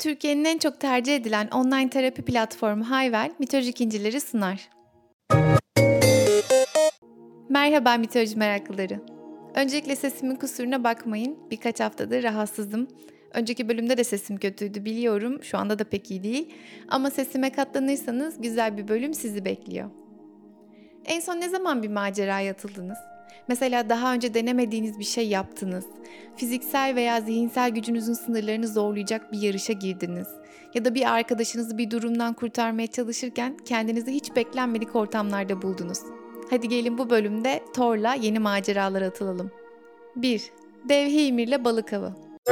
Türkiye'nin en çok tercih edilen online terapi platformu Hayvel, mitolojik incileri sunar. Merhaba mitoloji meraklıları. Öncelikle sesimin kusuruna bakmayın. Birkaç haftadır rahatsızım. Önceki bölümde de sesim kötüydü biliyorum. Şu anda da pek iyi değil. Ama sesime katlanırsanız güzel bir bölüm sizi bekliyor. En son ne zaman bir maceraya atıldınız? Mesela daha önce denemediğiniz bir şey yaptınız. Fiziksel veya zihinsel gücünüzün sınırlarını zorlayacak bir yarışa girdiniz. Ya da bir arkadaşınızı bir durumdan kurtarmaya çalışırken kendinizi hiç beklenmedik ortamlarda buldunuz. Hadi gelin bu bölümde Thor'la yeni maceralara atılalım. 1. Dev Hymir'le balık avı.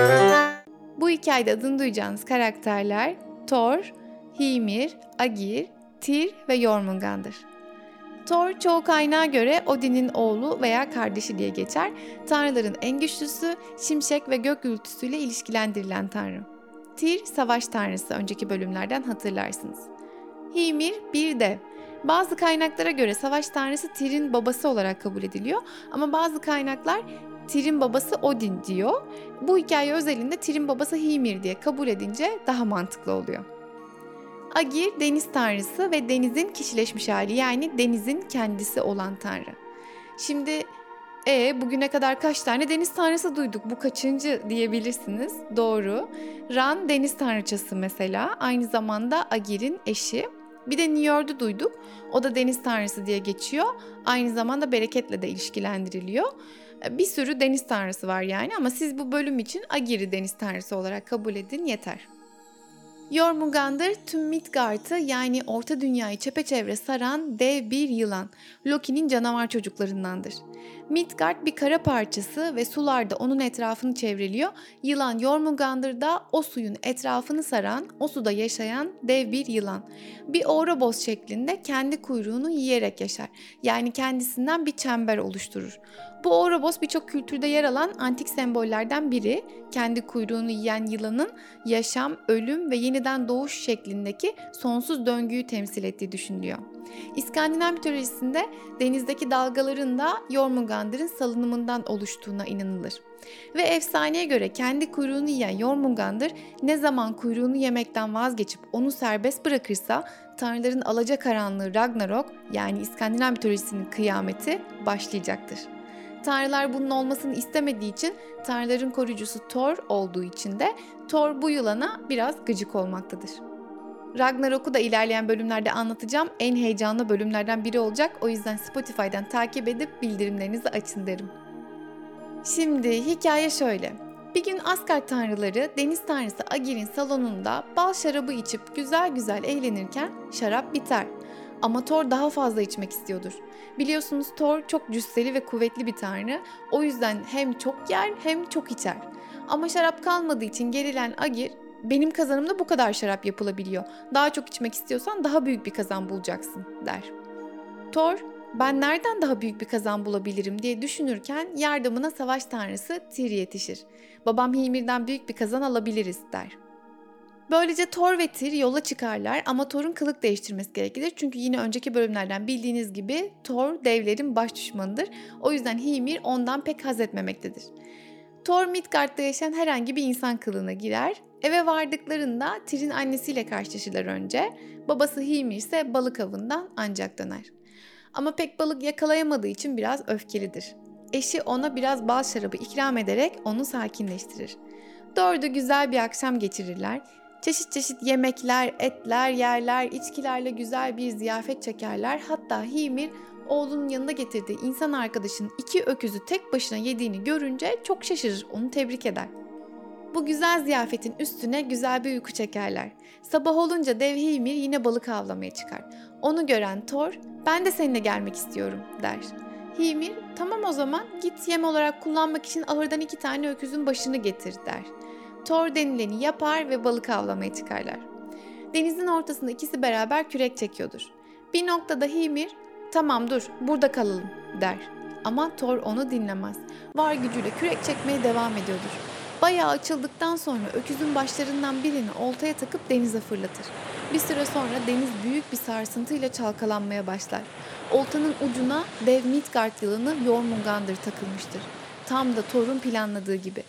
Bu hikayede adını duyacağınız karakterler Thor, Hymir, Agir, Tyr ve Jormungandr. Thor çoğu kaynağa göre Odin'in oğlu veya kardeşi diye geçer. Tanrıların en güçlüsü, şimşek ve gök gürültüsüyle ilişkilendirilen tanrı. Tyr savaş tanrısı, önceki bölümlerden hatırlarsınız. Hymir bir dev. Bazı kaynaklara göre savaş tanrısı Tyr'in babası olarak kabul ediliyor ama bazı kaynaklar Tyr'in babası Odin diyor. Bu hikaye özelinde Tyr'in babası Hymir diye kabul edince daha mantıklı oluyor. Agir deniz tanrısı ve denizin kişileşmiş hali, yani denizin kendisi olan tanrı. Şimdi bugüne kadar kaç tane deniz tanrısı duyduk, bu kaçıncı diyebilirsiniz. Doğru. Ran deniz tanrıçası mesela, aynı zamanda Agir'in eşi. Bir de Njord'u duyduk. O da deniz tanrısı diye geçiyor. Aynı zamanda bereketle de ilişkilendiriliyor. Bir sürü deniz tanrısı var yani, ama siz bu bölüm için Agir'i deniz tanrısı olarak kabul edin yeter. Jormungandr tüm Midgard'ı, yani Orta Dünya'yı çepeçevre saran dev bir yılan, Loki'nin canavar çocuklarındandır. Midgard bir kara parçası ve sular da onun etrafını çevreliyor. Yılan Jormungandr da o suyun etrafını saran, o suda yaşayan dev bir yılan. Bir Ouroboros şeklinde kendi kuyruğunu yiyerek yaşar. Yani kendisinden bir çember oluşturur. Bu Ouroboros birçok kültürde yer alan antik sembollerden biri. Kendi kuyruğunu yiyen yılanın yaşam, ölüm ve yeniden doğuş şeklindeki sonsuz döngüyü temsil ettiği düşünülüyor. İskandinav mitolojisinde denizdeki dalgaların da Jormungandr'ın salınımından oluştuğuna inanılır. Ve efsaneye göre kendi kuyruğunu yiyen Jormungandr ne zaman kuyruğunu yemekten vazgeçip onu serbest bırakırsa tanrıların alacakaranlığı Ragnarok, yani İskandinav mitolojisinin kıyameti başlayacaktır. Tanrılar bunun olmasını istemediği için tanrıların koruyucusu Thor olduğu için de Thor bu yılana biraz gıcık olmaktadır. Ragnarok'u da ilerleyen bölümlerde anlatacağım. En heyecanlı bölümlerden biri olacak. O yüzden Spotify'dan takip edip bildirimlerinizi açın derim. Şimdi hikaye şöyle. Bir gün Asgard tanrıları deniz tanrısı Agir'in salonunda bal şarabı içip güzel güzel eğlenirken şarap biter. Ama Thor daha fazla içmek istiyordur. Biliyorsunuz Thor çok cüsseli ve kuvvetli bir tanrı. O yüzden hem çok yer hem çok içer. Ama şarap kalmadığı için gerilen Agir, benim kazanımda bu kadar şarap yapılabiliyor. Daha çok içmek istiyorsan daha büyük bir kazan bulacaksın der. Thor, ben nereden daha büyük bir kazan bulabilirim diye düşünürken yardımına savaş tanrısı Tyr yetişir. Babam Hymir'den büyük bir kazan alabiliriz der. Böylece Thor ve Tyr yola çıkarlar ama Thor'un kılık değiştirmesi gerekir. Çünkü yine önceki bölümlerden bildiğiniz gibi Thor devlerin baş düşmanıdır. O yüzden Hymir ondan pek haz etmemektedir. Thor Midgard'da yaşayan herhangi bir insan kılığına girer. Eve vardıklarında Tyr'in annesiyle karşılaşırlar önce. Babası Hymir ise balık avından ancak döner. Ama pek balık yakalayamadığı için biraz öfkelidir. Eşi ona biraz bal şarabı ikram ederek onu sakinleştirir. Dördü güzel bir akşam geçirirler. Çeşit çeşit yemekler, etler yerler, içkilerle güzel bir ziyafet çekerler. Hatta Hymir oğlunun yanında getirdiği insan arkadaşının 2 öküzü tek başına yediğini görünce çok şaşırır, onu tebrik eder. Bu güzel ziyafetin üstüne güzel bir uyku çekerler. Sabah olunca dev Hymir yine balık avlamaya çıkar. Onu gören Thor, ben de seninle gelmek istiyorum der. Hymir, tamam o zaman git yem olarak kullanmak için ahırdan 2 tane öküzün başını getir der. Thor denileni yapar ve balık avlamaya çıkarlar. Denizin ortasında ikisi beraber kürek çekiyordur. Bir noktada Hymir, tamam dur burada kalalım der. Ama Thor onu dinlemez. Var gücüyle kürek çekmeye devam ediyordur. Bayağı açıldıktan sonra öküzün başlarından birini oltaya takıp denize fırlatır. Bir süre sonra deniz büyük bir sarsıntıyla çalkalanmaya başlar. Oltanın ucuna dev Midgard yılanı Jormungandr takılmıştır. Tam da Thor'un planladığı gibi.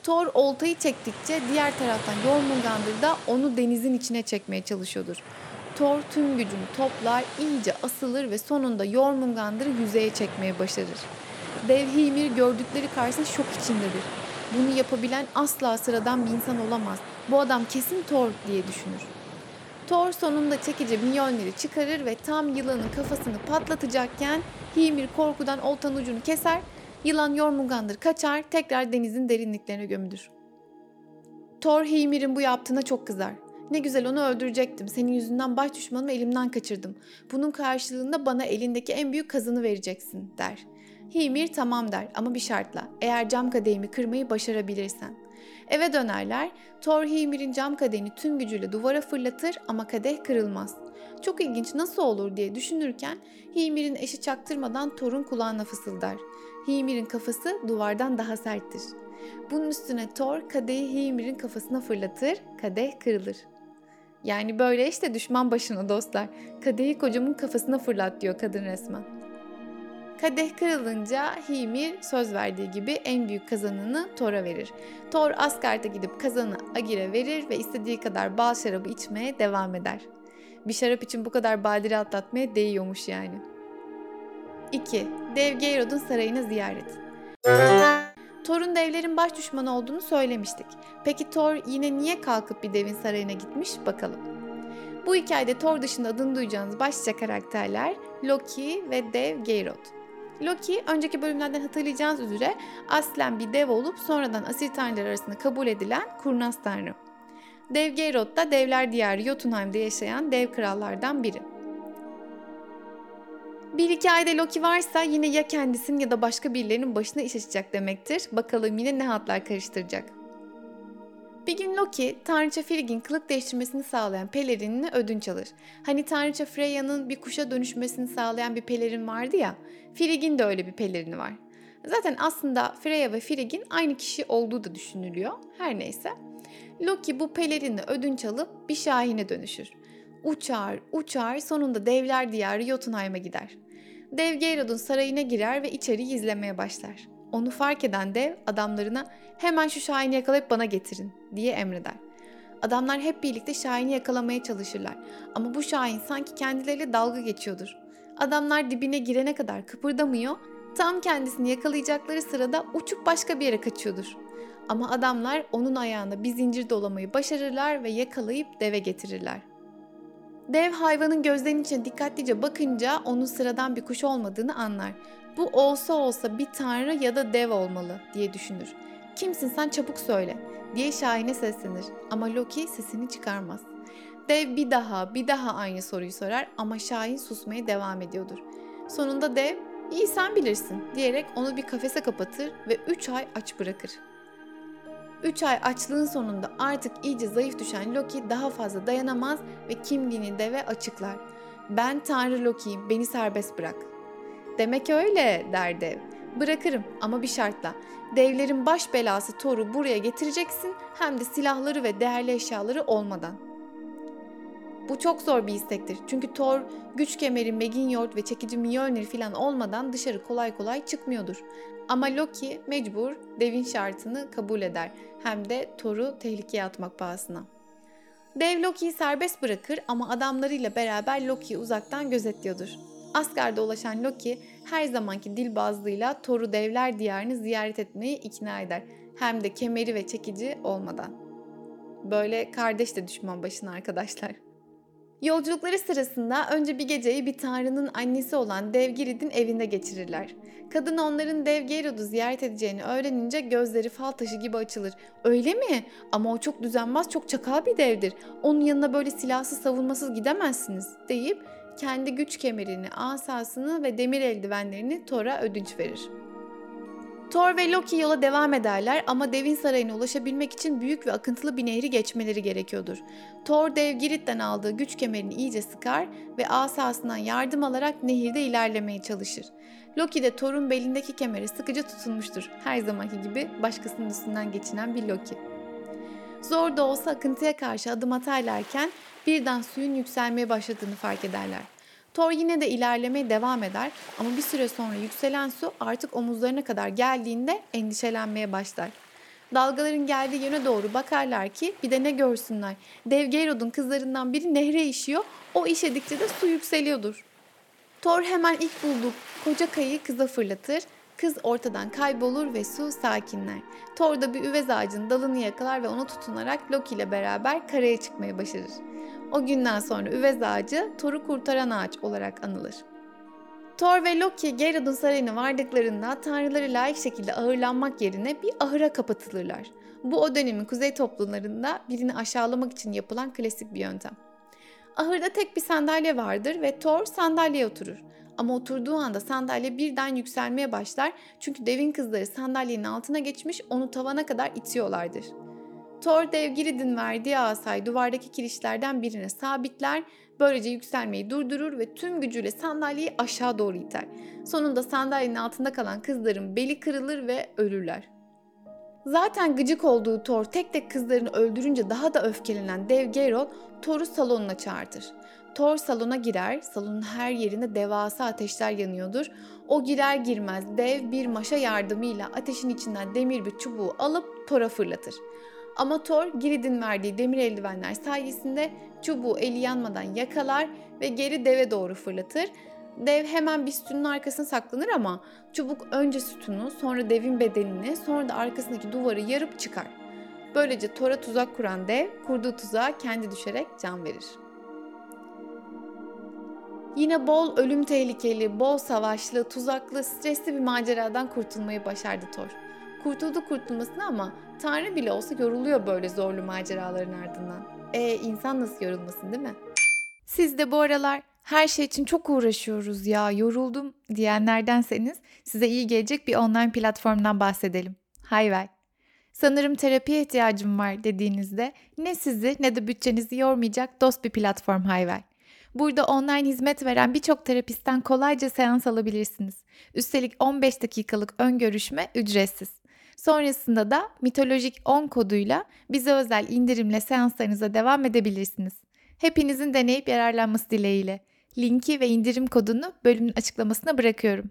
Thor oltayı çektikçe diğer taraftan Jormungandr da onu denizin içine çekmeye çalışıyordur. Thor tüm gücünü toplar, iyice asılır ve sonunda Jormungandr'ı yüzeye çekmeye başarır. Dev Hymir gördükleri karşısında şok içindedir. Bunu yapabilen asla sıradan bir insan olamaz. Bu adam kesin Thor diye düşünür. Thor sonunda çekici Mjolnir'i çıkarır ve tam yılanın kafasını patlatacakken Hymir korkudan oltanın ucunu keser, yılan Jormungandr kaçar, tekrar denizin derinliklerine gömülür. Thor Hymir'in bu yaptığına çok kızar. Ne güzel onu öldürecektim. Senin yüzünden baş düşmanımı elimden kaçırdım. Bunun karşılığında bana elindeki en büyük kazanı vereceksin der. Hymir tamam der ama bir şartla. Eğer cam kadehimi kırmayı başarabilirsen. Eve dönerler. Thor Hymir'in cam kadehini tüm gücüyle duvara fırlatır ama kadeh kırılmaz. Çok ilginç, nasıl olur diye düşünürken Hymir'in eşi çaktırmadan Thor'un kulağına fısıldar. Hymir'in kafası duvardan daha serttir. Bunun üstüne Thor kadehi Hymir'in kafasına fırlatır, kadeh kırılır. Yani böyle işte düşman başına dostlar. Kadehi kocamın kafasına fırlat diyor kadın resmen. Kadeh kırılınca Hymir söz verdiği gibi en büyük kazanını Thor'a verir. Thor Asgard'a gidip kazanı Agir'e verir ve istediği kadar bal şarabı içmeye devam eder. Bir şarap için bu kadar badire atlatmaya değiyormuş yani. 2. Dev Geirrod'un sarayına ziyaret. Thor'un devlerin baş düşmanı olduğunu söylemiştik. Peki Thor yine niye kalkıp bir devin sarayına gitmiş bakalım. Bu hikayede Thor dışında adını duyacağınız başlıca karakterler Loki ve dev Geirrod. Loki, önceki bölümlerden hatırlayacağınız üzere aslen bir dev olup sonradan asil tanrılar arasında kabul edilen kurnaz tanrı. Dev Geirrod da devler diyarı Jotunheim'de yaşayan dev krallardan biri. Bir hikayede Loki varsa yine ya kendisinin ya da başka birilerinin başına iş açacak demektir. Bakalım yine ne hatlar karıştıracak. Bir gün Loki, tanrıça Frigg'in kılık değiştirmesini sağlayan pelerinini ödünç alır. Hani tanrıça Freya'nın bir kuşa dönüşmesini sağlayan bir pelerin vardı ya, Frigg'in de öyle bir pelerini var. Zaten aslında Freya ve Frigg'in aynı kişi olduğu da düşünülüyor. Her neyse. Loki bu pelerini ödünç alıp bir şahine dönüşür. Uçar, uçar, sonunda devler diyarı Jotunheim'a gider. Dev Geirrod'un sarayına girer ve içeri izlemeye başlar. Onu fark eden dev adamlarına hemen şu şahini yakalayıp bana getirin diye emreder. Adamlar hep birlikte şahini yakalamaya çalışırlar ama bu şahin sanki kendileriyle dalga geçiyordur. Adamlar dibine girene kadar kıpırdamıyor, tam kendisini yakalayacakları sırada uçup başka bir yere kaçıyordur. Ama adamlar onun ayağına bir zincir dolamayı başarırlar ve yakalayıp deve getirirler. Dev hayvanın gözlerinin içine dikkatlice bakınca onun sıradan bir kuş olmadığını anlar. Bu olsa olsa bir tanrı ya da dev olmalı diye düşünür. Kimsin sen, çabuk söyle diye şahine seslenir ama Loki sesini çıkarmaz. Dev bir daha aynı soruyu sorar ama şahin susmaya devam ediyordur. Sonunda dev iyi sen bilirsin diyerek onu bir kafese kapatır ve 3 ay aç bırakır. 3 ay açlığın sonunda artık iyice zayıf düşen Loki daha fazla dayanamaz ve kimliğini deve açıklar. Ben Tanrı Loki'yim, beni serbest bırak. Demek öyle der dev. Bırakırım ama bir şartla. Devlerin baş belası Thor'u buraya getireceksin, hem de silahları ve değerli eşyaları olmadan. Bu çok zor bir istektir. Çünkü Thor güç kemeri, Megingjord ve çekici Mjolnir falan olmadan dışarı kolay kolay çıkmıyordur. Ama Loki mecbur devin şartını kabul eder. Hem de Thor'u tehlikeye atmak pahasına. Dev Loki'yi serbest bırakır ama adamlarıyla beraber Loki'yi uzaktan gözetliyordur. Asgard'a ulaşan Loki her zamanki dilbazlığıyla Thor'u devler diyarını ziyaret etmeyi ikna eder. Hem de kemeri ve çekici olmadan. Böyle kardeş de düşman başına arkadaşlar. Yolculukları sırasında önce bir geceyi bir tanrının annesi olan Dev Girid'in evinde geçirirler. Kadın onların Dev Geirrod'u ziyaret edeceğini öğrenince gözleri fal taşı gibi açılır. Öyle mi? Ama o çok düzenbaz, çok çakal bir devdir. Onun yanına böyle silahsız savunmasız gidemezsiniz deyip kendi güç kemerini, asasını ve demir eldivenlerini Thor'a ödünç verir. Thor ve Loki yola devam ederler ama devin sarayına ulaşabilmek için büyük ve akıntılı bir nehri geçmeleri gerekiyordur. Thor dev Girit'ten aldığı güç kemerini iyice sıkar ve asasından yardım alarak nehirde ilerlemeye çalışır. Loki de Thor'un belindeki kemere sıkıca tutunmuştur. Her zamanki gibi başkasının üstünden geçinen bir Loki. Zor da olsa akıntıya karşı adım atarlarken birden suyun yükselmeye başladığını fark ederler. Thor yine de ilerlemeye devam eder ama bir süre sonra yükselen su artık omuzlarına kadar geldiğinde endişelenmeye başlar. Dalgaların geldiği yöne doğru bakarlar ki bir de ne görsünler. Dev Gerod'un kızlarından biri nehre işiyor, o işedikçe de su yükseliyordur. Thor hemen ilk bulduğu koca kayayı kıza fırlatır. Kız ortadan kaybolur ve su sakinler. Thor da bir üvez ağacın dalını yakalar ve ona tutunarak Loki ile beraber karaya çıkmayı başarır. O günden sonra üvez ağacı Thor'u kurtaran ağaç olarak anılır. Thor ve Loki Gerod'un sarayına vardıklarında tanrıları layık şekilde ağırlanmak yerine bir ahıra kapatılırlar. Bu o dönemin kuzey toplumlarında birini aşağılamak için yapılan klasik bir yöntem. Ahırda tek bir sandalye vardır ve Thor sandalyeye oturur. Ama oturduğu anda sandalye birden yükselmeye başlar çünkü devin kızları sandalyenin altına geçmiş onu tavana kadar itiyorlardır. Thor dev Girid'in verdiği asayı duvardaki kirişlerden birine sabitler, böylece yükselmeyi durdurur ve tüm gücüyle sandalyeyi aşağı doğru iter. Sonunda sandalyenin altında kalan kızların beli kırılır ve ölürler. Zaten gıcık olduğu Thor tek tek kızlarını öldürünce daha da öfkelenen dev Geralt Thor'u salonuna çağırtır. Thor salona girer, salonun her yerinde devasa ateşler yanıyordur. O girer girmez dev bir maşa yardımıyla ateşin içinden demir bir çubuğu alıp Thor'a fırlatır. Ama Thor, Girid'in verdiği demir eldivenler sayesinde çubuğu eli yanmadan yakalar ve geri deve doğru fırlatır. Dev hemen bir sütunun arkasına saklanır ama çubuk önce sütunu, sonra devin bedenini, sonra da arkasındaki duvarı yarıp çıkar. Böylece Thor'a tuzak kuran dev, kurduğu tuzağa kendi düşerek can verir. Yine bol ölüm tehlikeli, bol savaşlı, tuzaklı, stresli bir maceradan kurtulmayı başardı Thor. Kurtuldu kurtulmasına ama Tanrı bile olsa yoruluyor böyle zorlu maceraların ardından. İnsan nasıl yorulmasın değil mi? Siz de bu aralar her şey için çok uğraşıyoruz ya, yoruldum diyenlerdenseniz size iyi gelecek bir online platformdan bahsedelim. Hayvel. Sanırım terapiye ihtiyacım var dediğinizde ne sizi ne de bütçenizi yormayacak dost bir platform Hayvel. Burada online hizmet veren birçok terapistten kolayca seans alabilirsiniz. Üstelik 15 dakikalık ön görüşme ücretsiz. Sonrasında da mitolojik 10 koduyla bize özel indirimle seanslarınıza devam edebilirsiniz. Hepinizin deneyip yararlanması dileğiyle. Linki ve indirim kodunu bölümün açıklamasına bırakıyorum.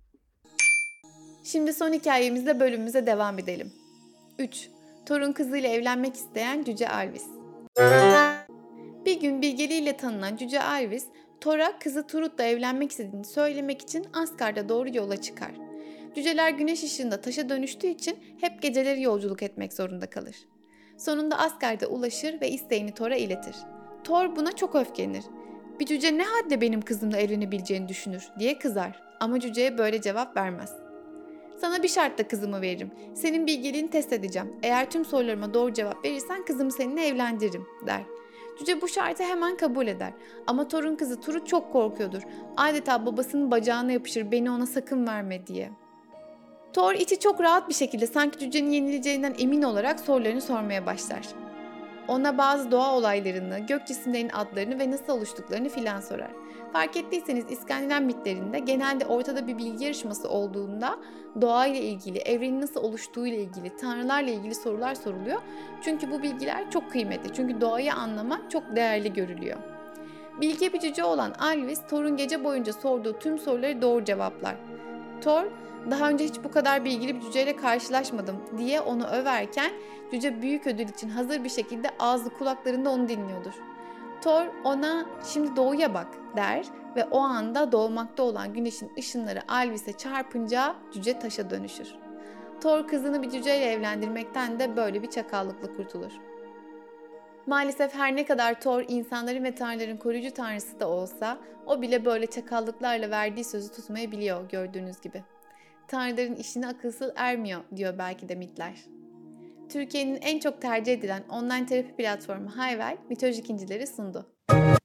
Şimdi son hikayemizle bölümümüze devam edelim. 3. Thor'un kızıyla evlenmek isteyen Cüce Alvis. Bir gün bilgeliğiyle tanınan Cüce Alvis, Thor'a kızı Turut'la evlenmek istediğini söylemek için Asgard'a doğru yola çıkar. Cüceler güneş ışığında taşa dönüştüğü için hep geceleri yolculuk etmek zorunda kalır. Sonunda Asgard'a ulaşır ve isteğini Thor'a iletir. Thor buna çok öfkelenir. Bir cüce ne hadle benim kızımla evlenebileceğini düşünür diye kızar ama cüceye böyle cevap vermez. Sana bir şartla kızımı veririm. Senin bilgeliğini test edeceğim. Eğer tüm sorularıma doğru cevap verirsen kızımı seninle evlendiririm der. Cüce bu şartı hemen kabul eder. Ama Thor'un kızı Turut çok korkuyordur. Adeta babasının bacağına yapışır beni ona sakın verme diye. Thor içi çok rahat bir şekilde sanki cücenin yenileceğinden emin olarak sorularını sormaya başlar. Ona bazı doğa olaylarını, gök cisimlerinin adlarını ve nasıl oluştuklarını filan sorar. Fark ettiyseniz İskandinav mitlerinde genelde ortada bir bilgi yarışması olduğunda doğayla ilgili, evrenin nasıl oluştuğu ile ilgili, tanrılarla ilgili sorular soruluyor. Çünkü bu bilgiler çok kıymetli. Çünkü doğayı anlamak çok değerli görülüyor. Bilge bir cüce olan Alvis, Thor'un gece boyunca sorduğu tüm soruları doğru cevaplar. Thor, daha önce hiç bu kadar bilgili bir cüceyle karşılaşmadım diye onu överken cüce büyük ödül için hazır bir şekilde ağzı kulaklarında onu dinliyordur. Thor ona şimdi doğuya bak der ve o anda doğmakta olan güneşin ışınları Alvis'e çarpınca cüce taşa dönüşür. Thor kızını bir cüceyle evlendirmekten de böyle bir çakallıkla kurtulur. Maalesef her ne kadar Thor insanların ve tanrıların koruyucu tanrısı da olsa o bile böyle çakallıklarla verdiği sözü tutmayabiliyor gördüğünüz gibi. Tanrıların işine akılsız ermiyor diyor belki de mitler. Türkiye'nin en çok tercih edilen online terapi platformu Hayvel mitolojik incileri sundu.